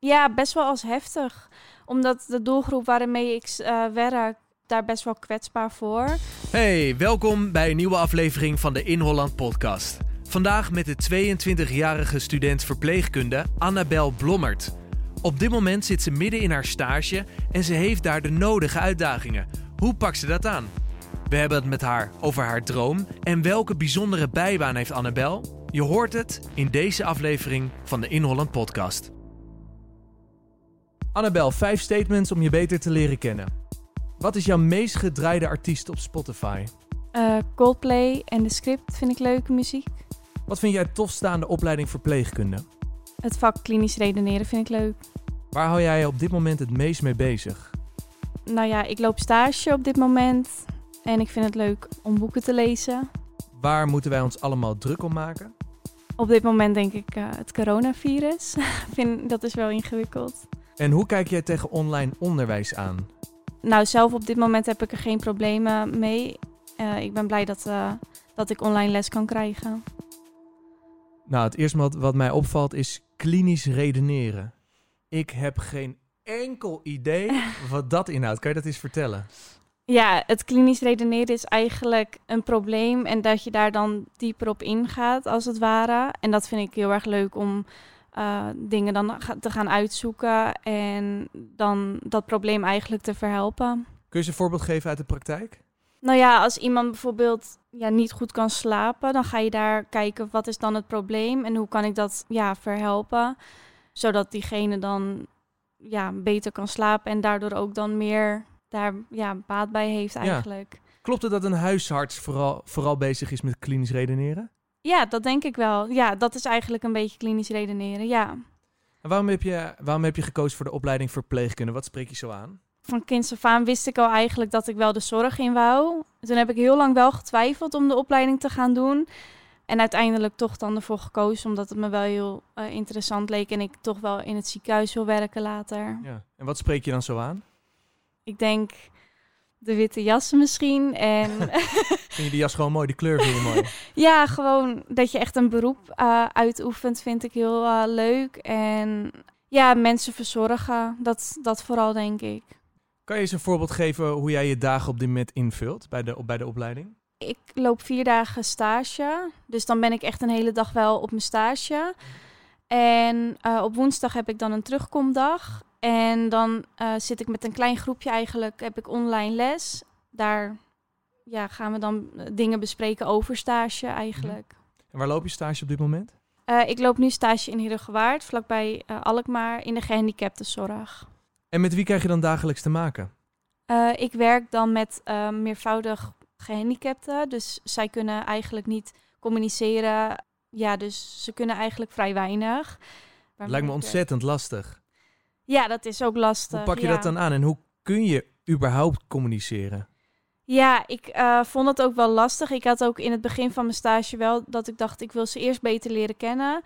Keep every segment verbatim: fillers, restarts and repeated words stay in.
Ja, best wel als heftig. Omdat de doelgroep waarmee ik uh, werk, daar best wel kwetsbaar voor. Hey, welkom bij een nieuwe aflevering van de In Holland podcast. Vandaag met de tweeëntwintigjarige student verpleegkunde Annabel Blommert. Op dit moment zit ze midden in haar stage en ze heeft daar de nodige uitdagingen. Hoe pakt ze dat aan? We hebben het met haar over haar droom en welke bijzondere bijbaan heeft Annabel? Je hoort het in deze aflevering van de In Holland podcast. Annabel, vijf statements om je beter te leren kennen. Wat is jouw meest gedraaide artiest op Spotify? Uh, Coldplay en The Script vind ik leuke muziek. Wat vind jij het tofste aan de opleiding verpleegkunde? Het vak klinisch redeneren vind ik leuk. Waar hou jij je op dit moment het meest mee bezig? Nou ja, ik loop stage op dit moment en ik vind het leuk om boeken te lezen. Waar moeten wij ons allemaal druk om maken? Op dit moment denk ik uh, het coronavirus. vind, dat is wel ingewikkeld. En hoe kijk jij tegen online onderwijs aan? Nou, zelf op dit moment heb ik er geen problemen mee. Uh, ik ben blij dat, uh, dat ik online les kan krijgen. Nou, het eerste wat, wat mij opvalt is klinisch redeneren. Ik heb geen enkel idee wat dat inhoudt. Kan je dat eens vertellen? Ja, het klinisch redeneren is eigenlijk een probleem en dat je daar dan dieper op ingaat, als het ware. En dat vind ik heel erg leuk om uh, dingen dan te gaan uitzoeken en dan dat probleem eigenlijk te verhelpen. Kun je eens een voorbeeld geven uit de praktijk? Nou ja, als iemand bijvoorbeeld ja, niet goed kan slapen, dan ga je daar kijken wat is dan het probleem en hoe kan ik dat ja, verhelpen, zodat diegene dan ja, beter kan slapen en daardoor ook dan meer daar ja, baat bij heeft eigenlijk. Ja. Klopt het dat een huisarts vooral, vooral bezig is met klinisch redeneren? Ja, dat denk ik wel. Ja, dat is eigenlijk een beetje klinisch redeneren, ja. En waarom heb je, waarom heb je gekozen voor de opleiding verpleegkunde? Wat spreek je zo aan? Van kinds af aan wist ik al eigenlijk dat ik wel de zorg in wou. Toen heb ik heel lang wel getwijfeld om de opleiding te gaan doen. En uiteindelijk toch dan ervoor gekozen, omdat het me wel heel uh, interessant leek en ik toch wel in het ziekenhuis wil werken later. Ja. En wat spreek je dan zo aan? Ik denk de witte jassen misschien. En vind je die jas gewoon mooi? Die kleur vind je mooi? Ja, gewoon dat je echt een beroep uh, uitoefent vind ik heel uh, leuk. En ja, mensen verzorgen, dat, dat vooral denk ik. Kan je eens een voorbeeld geven hoe jij je dagen op dit moment invult bij de, bij de opleiding? Ik loop vier dagen stage, dus dan ben ik echt een hele dag wel op mijn stage. En uh, op woensdag heb ik dan een terugkomdag. En dan uh, zit ik met een klein groepje eigenlijk, heb ik online les. Daar ja, gaan we dan dingen bespreken over stage eigenlijk. En waar loop je stage op dit moment? Uh, ik loop nu stage in Heerhugowaard, vlakbij uh, Alkmaar, in de gehandicaptenzorg. En met wie krijg je dan dagelijks te maken? Uh, ik werk dan met uh, meervoudig gehandicapten, dus zij kunnen eigenlijk niet communiceren. Ja, dus ze kunnen eigenlijk vrij weinig. Het lijkt me ontzettend lastig. Ja, dat is ook lastig. Hoe pak je ja. dat dan aan en hoe kun je überhaupt communiceren? Ja, ik uh, vond het ook wel lastig. Ik had ook in het begin van mijn stage wel dat ik dacht, ik wil ze eerst beter leren kennen.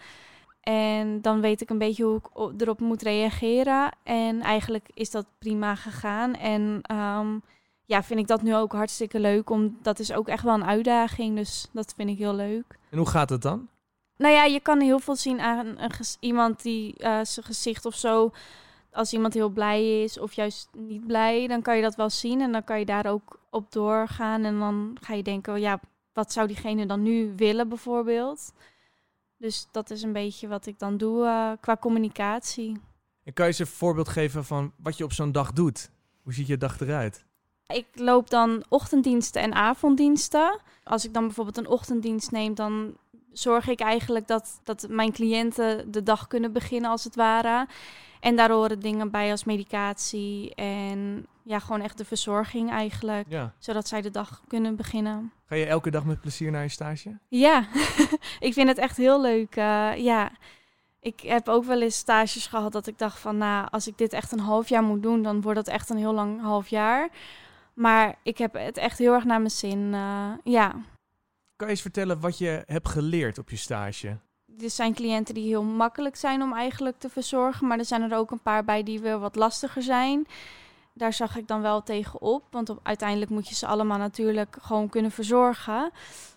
En dan weet ik een beetje hoe ik erop moet reageren. En eigenlijk is dat prima gegaan. En um, ja, vind ik dat nu ook hartstikke leuk. Om, dat is ook echt wel een uitdaging, dus dat vind ik heel leuk. En hoe gaat het dan? Nou ja, je kan heel veel zien aan een, een ges- iemand die uh, zijn gezicht of zo. Als iemand heel blij is of juist niet blij, dan kan je dat wel zien. En dan kan je daar ook op doorgaan. En dan ga je denken, ja, wat zou diegene dan nu willen bijvoorbeeld? Dus dat is een beetje wat ik dan doe uh, qua communicatie. En kan je eens een voorbeeld geven van wat je op zo'n dag doet? Hoe ziet je dag eruit? Ik loop dan ochtenddiensten en avonddiensten. Als ik dan bijvoorbeeld een ochtenddienst neem, dan zorg ik eigenlijk dat, dat mijn cliënten de dag kunnen beginnen als het ware. En daar horen dingen bij als medicatie en ja, gewoon echt de verzorging eigenlijk. Ja. Zodat zij de dag kunnen beginnen. Ga je elke dag met plezier naar je stage? Ja, ik vind het echt heel leuk. Uh, ja, ik heb ook wel eens stages gehad dat ik dacht van, nou, als ik dit echt een half jaar moet doen, dan wordt dat echt een heel lang half jaar. Maar ik heb het echt heel erg naar mijn zin, uh, ja. Kan je eens vertellen wat je hebt geleerd op je stage? Er zijn cliënten die heel makkelijk zijn om eigenlijk te verzorgen, maar er zijn er ook een paar bij die weer wat lastiger zijn. Daar zag ik dan wel tegen op, want op, uiteindelijk moet je ze allemaal natuurlijk gewoon kunnen verzorgen.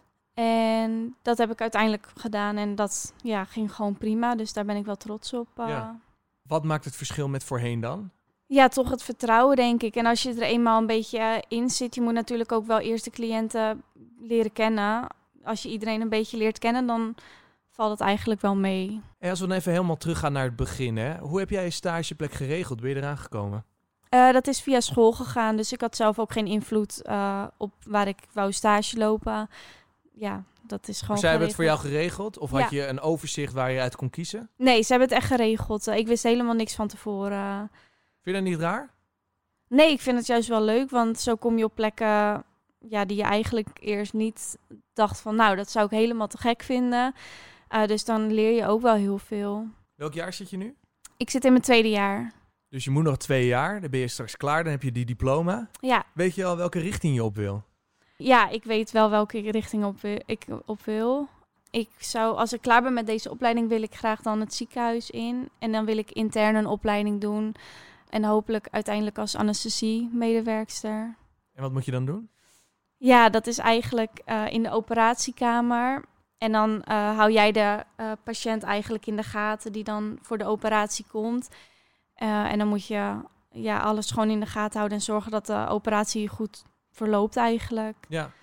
En dat heb ik uiteindelijk gedaan en dat ja, ging gewoon prima, dus daar ben ik wel trots op. Uh. Ja. Wat maakt het verschil met voorheen dan? Ja, toch het vertrouwen, denk ik. En als je er eenmaal een beetje in zit, je moet natuurlijk ook wel eerst de cliënten leren kennen. Als je iedereen een beetje leert kennen, dan valt het eigenlijk wel mee. En als we dan even helemaal teruggaan naar het begin, hè? Hoe heb jij je stageplek geregeld? Ben je eraan gekomen? Uh, dat is via school gegaan, dus ik had zelf ook geen invloed uh, op waar ik wou stage lopen. Ja, dat is gewoon Maar zij hebben het geregeld. voor jou geregeld? Of had Ja. je een overzicht waar je uit kon kiezen? Nee, ze hebben het echt geregeld. Uh, ik wist helemaal niks van tevoren. Vind je dat niet raar? Nee, ik vind het juist wel leuk, want zo kom je op plekken ja, die je eigenlijk eerst niet dacht van, nou, dat zou ik helemaal te gek vinden. Uh, dus dan leer je ook wel heel veel. Welk jaar zit je nu? Ik zit in mijn tweede jaar. Dus je moet nog twee jaar, dan ben je straks klaar, dan heb je die diploma. Ja, Weet je al welke richting je op wil? ja ik weet wel welke richting op wi- ik op wil. Ik zou, als ik klaar ben met deze opleiding, wil ik graag dan het ziekenhuis in. En dan wil ik intern een opleiding doen. En hopelijk uiteindelijk als anesthesie-medewerkster. En wat moet je dan doen? Ja, dat is eigenlijk uh, in de operatiekamer. En dan uh, hou jij de uh, patiënt eigenlijk in de gaten die dan voor de operatie komt. Uh, en dan moet je ja, alles gewoon in de gaten houden en zorgen dat de operatie goed verloopt eigenlijk. Ja.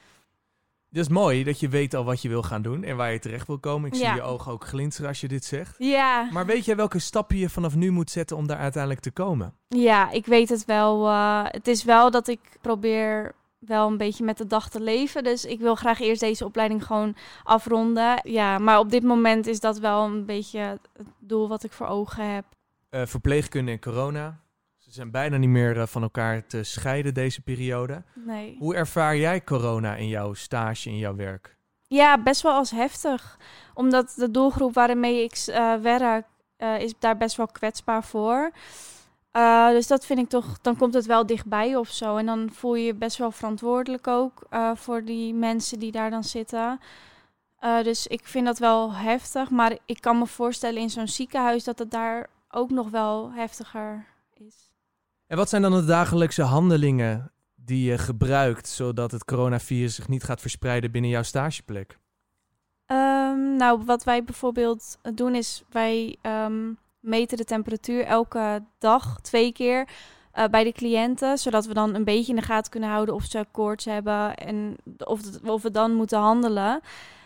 Dat is mooi dat je weet al wat je wil gaan doen en waar je terecht wil komen. Ik zie Ja. je ogen ook glinsteren als je dit zegt. Ja, Maar weet jij welke stappen je vanaf nu moet zetten om daar uiteindelijk te komen? ja, ik weet het wel. Uh, het is wel dat ik probeer wel een beetje met de dag te leven. Dus ik wil graag eerst deze opleiding gewoon afronden. Ja, maar op dit moment is dat wel een beetje het doel wat ik voor ogen heb. Uh, verpleegkunde en corona. Ze zijn bijna niet meer uh, van elkaar te scheiden deze periode. Nee. Hoe ervaar jij corona in jouw stage, in jouw werk? Ja, best wel als heftig. Omdat de doelgroep waarmee ik uh, werk, uh, is daar best wel kwetsbaar voor. Uh, dus dat vind ik toch, dan komt het wel dichtbij of zo. En dan voel je je best wel verantwoordelijk ook uh, voor die mensen die daar dan zitten. Uh, dus ik vind dat wel heftig. Maar ik kan me voorstellen in zo'n ziekenhuis dat het daar ook nog wel heftiger is. En wat zijn dan de dagelijkse handelingen die je gebruikt, zodat het coronavirus zich niet gaat verspreiden binnen jouw stageplek? Um, nou, wat wij bijvoorbeeld doen is, wij um, meten de temperatuur elke dag twee keer uh, bij de cliënten, zodat we dan een beetje in de gaten kunnen houden of ze koorts hebben en of, het, of we dan moeten handelen.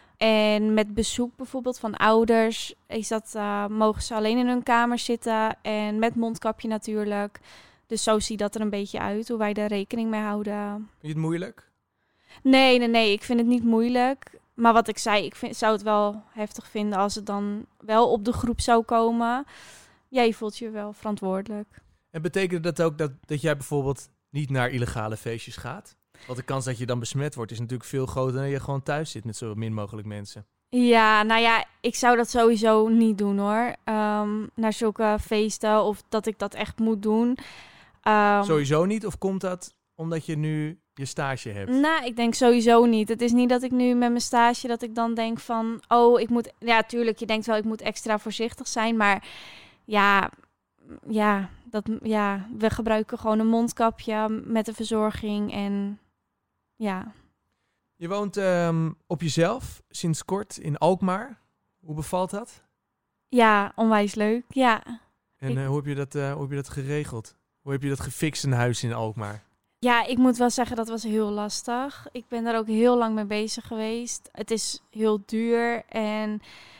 En met bezoek bijvoorbeeld van ouders is dat, uh, mogen ze alleen in hun kamer zitten en met mondkapje natuurlijk. Dus zo ziet dat er een beetje uit, hoe wij daar rekening mee houden. Vind je het moeilijk? Nee, nee, nee, ik vind het niet moeilijk. Maar wat ik zei, ik vind, zou het wel heftig vinden als het dan wel op de groep zou komen. Ja, je voelt je wel verantwoordelijk. En betekent dat ook dat, dat jij bijvoorbeeld niet naar illegale feestjes gaat? Want de kans dat je dan besmet wordt is natuurlijk veel groter dan je gewoon thuis zit met zo min mogelijk mensen. Ja, nou ja, ik zou dat sowieso niet doen hoor. Um, naar zulke feesten of dat ik dat echt moet doen. Um, Sowieso niet? Of komt dat omdat je nu je stage hebt? Nou, ik denk sowieso niet. Het is niet dat ik nu met mijn stage dat ik dan denk van, oh, ik moet... Ja, tuurlijk, je denkt wel, ik moet extra voorzichtig zijn, maar ja, ja, dat, ja, we gebruiken gewoon een mondkapje met de verzorging en ja. Je woont um, op jezelf sinds kort in Alkmaar. Hoe bevalt dat? Ja, onwijs leuk, ja. En ik... uh, hoe, heb je dat, uh, hoe heb je dat geregeld? Hoe heb je dat gefixt, een huis in Alkmaar? Ja, ik moet wel zeggen, dat was heel lastig. Ik ben daar ook heel lang mee bezig geweest. Het is heel duur en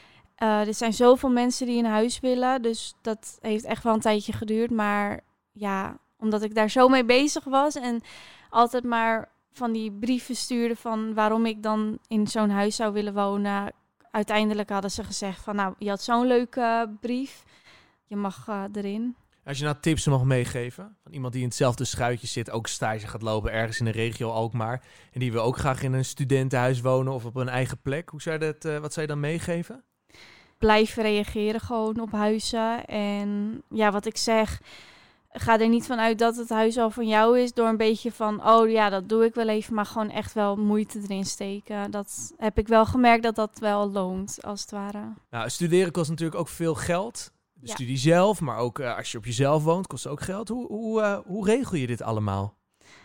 uh, er zijn zoveel mensen die een huis willen. Dus dat heeft echt wel een tijdje geduurd. Maar ja, omdat ik daar zo mee bezig was en altijd maar van die brieven stuurde van waarom ik dan in zo'n huis zou willen wonen. Uiteindelijk hadden ze gezegd van, nou, je had zo'n leuke brief. Je mag uh, erin. Als je nou tips mag meegeven van iemand die in hetzelfde schuitje zit, ook stage gaat lopen ergens in de regio Alkmaar en die wil ook graag in een studentenhuis wonen of op een eigen plek. Hoe zou je dat, uh, wat zou je dan meegeven? Blijven reageren gewoon op huizen. En ja, wat ik zeg, ga er niet van uit dat het huis al van jou is door een beetje van, oh ja, dat doe ik wel even, maar gewoon echt wel moeite erin steken. Dat heb ik wel gemerkt dat dat wel loont, als het ware. Nou, studeren kost natuurlijk ook veel geld. De ja. studie zelf, maar ook uh, als je op jezelf woont, kost ook geld. Hoe, hoe, uh, hoe regel je dit allemaal?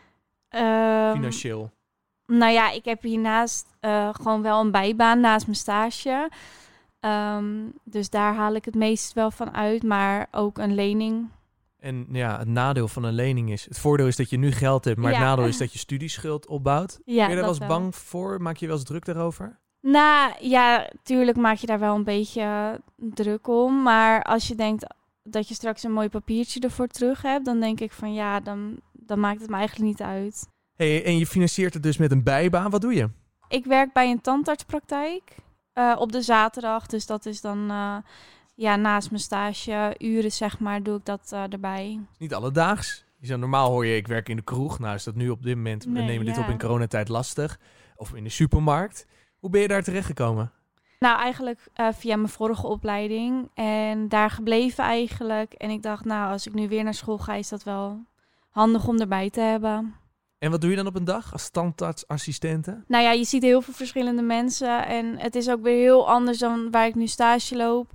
Um, Financieel? Nou ja, ik heb hiernaast uh, gewoon wel een bijbaan naast mijn stage. Um, dus daar haal ik het meest wel van uit, maar ook een lening. En ja, het nadeel van een lening is... Het voordeel is dat je nu geld hebt, maar ja. Het nadeel is dat je studieschuld opbouwt. Ja, ben je daar wel eens bang voor? Maak je wel eens druk daarover? Nou, ja, tuurlijk maak je daar wel een beetje druk om. Maar als je denkt dat je straks een mooi papiertje ervoor terug hebt... dan denk ik van ja, dan, dan maakt het me eigenlijk niet uit. Hey, en je financiert het dus met een bijbaan. Wat doe je? Ik werk bij een tandartspraktijk uh, op de zaterdag. Dus dat is dan... Uh, Ja, naast mijn stageuren, zeg maar, doe ik dat uh, erbij. Niet alledaags. Je zou, normaal hoor je, ik werk in de kroeg. Nou is dat nu op dit moment, nee, we nemen ja. dit op in coronatijd lastig. Of in de supermarkt. Hoe ben je daar terechtgekomen? Nou, eigenlijk uh, via mijn vorige opleiding. En daar gebleven eigenlijk. En ik dacht, nou, als ik nu weer naar school ga, is dat wel handig om erbij te hebben. En wat doe je dan op een dag als tandartsassistente? Nou ja, je ziet heel veel verschillende mensen. En het is ook weer heel anders dan waar ik nu stage loop.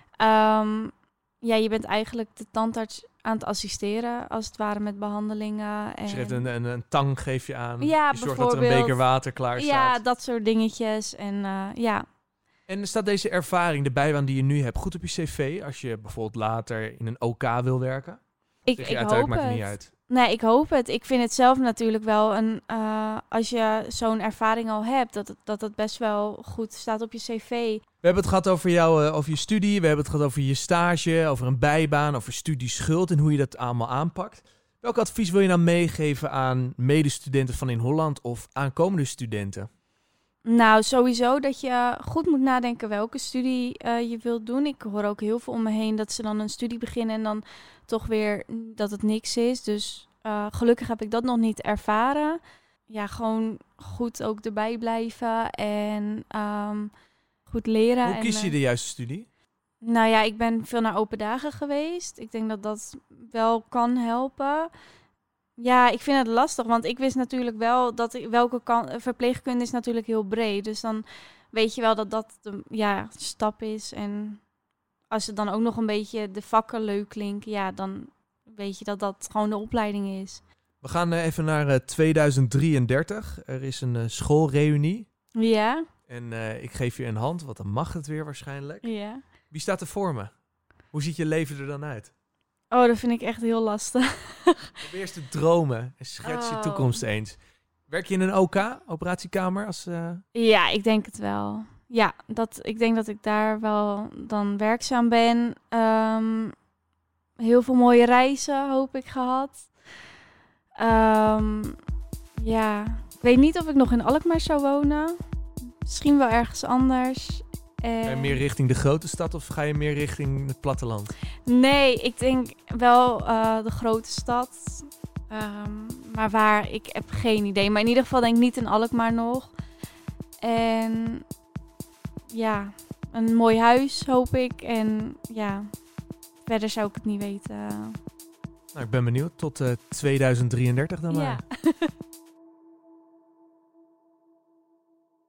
Um, ja, je bent eigenlijk de tandarts aan het assisteren, als het ware met behandelingen. En... Dus je geeft een, een, een tang geef je aan. Ja, je zorgt dat er een beker water klaar staat. Ja, dat soort dingetjes. En uh, ja. En staat deze ervaring, de bijbaan die je nu hebt, goed op je cv als je bijvoorbeeld later in een O K wil werken? Ik, ik hoop maakt het niet uit. Nee, ik hoop het. Ik vind het zelf natuurlijk wel een, uh, als je zo'n ervaring al hebt, dat het, dat het best wel goed staat op je cv. We hebben het gehad over, jou, uh, over je studie, we hebben het gehad over je stage, over een bijbaan, over studieschuld en hoe je dat allemaal aanpakt. Welk advies wil je nou meegeven aan medestudenten van In Holland of aankomende studenten? Nou, sowieso dat je goed moet nadenken welke studie uh, je wilt doen. Ik hoor ook heel veel om me heen dat ze dan een studie beginnen en dan toch weer dat het niks is. Dus uh, gelukkig heb ik dat nog niet ervaren. Ja, gewoon goed ook erbij blijven en um, goed leren. Hoe kies en, je de juiste studie? Nou ja, ik ben veel naar open dagen geweest. Ik denk dat dat wel kan helpen. Ja, ik vind het lastig, want ik wist natuurlijk wel dat ik, welke kan, verpleegkunde is natuurlijk heel breed. Dus dan weet je wel dat dat de ja, stap is. En als het dan ook nog een beetje de vakken leuk klinken, ja, dan weet je dat dat gewoon de opleiding is. We gaan uh, even naar uh, tweeduizend drieëndertig. Er is een uh, schoolreunie. Ja. En uh, ik geef je een hand, want dan mag het weer waarschijnlijk. Ja. Wie staat er voor me? Hoe ziet je leven er dan uit? Oh, dat vind ik echt heel lastig. Probeer eens te dromen en schets je oh. toekomst eens. Werk je in een O K, operatiekamer? Als, uh... Ja, ik denk het wel. Ja, dat, ik denk dat ik daar wel dan werkzaam ben. Um, heel veel mooie reizen, hoop ik, gehad. Um, ja, ik weet niet of ik nog in Alkmaar zou wonen. Misschien wel ergens anders. En... Ga je meer richting de grote stad of ga je meer richting het platteland? Nee, ik denk wel uh, de grote stad. Um, maar waar, ik heb geen idee. Maar in ieder geval denk ik niet in Alkmaar nog. En ja, een mooi huis hoop ik. En ja, verder zou ik het niet weten. Nou, ik ben benieuwd. Tot uh, tweeduizend drieëndertig dan maar. Ja.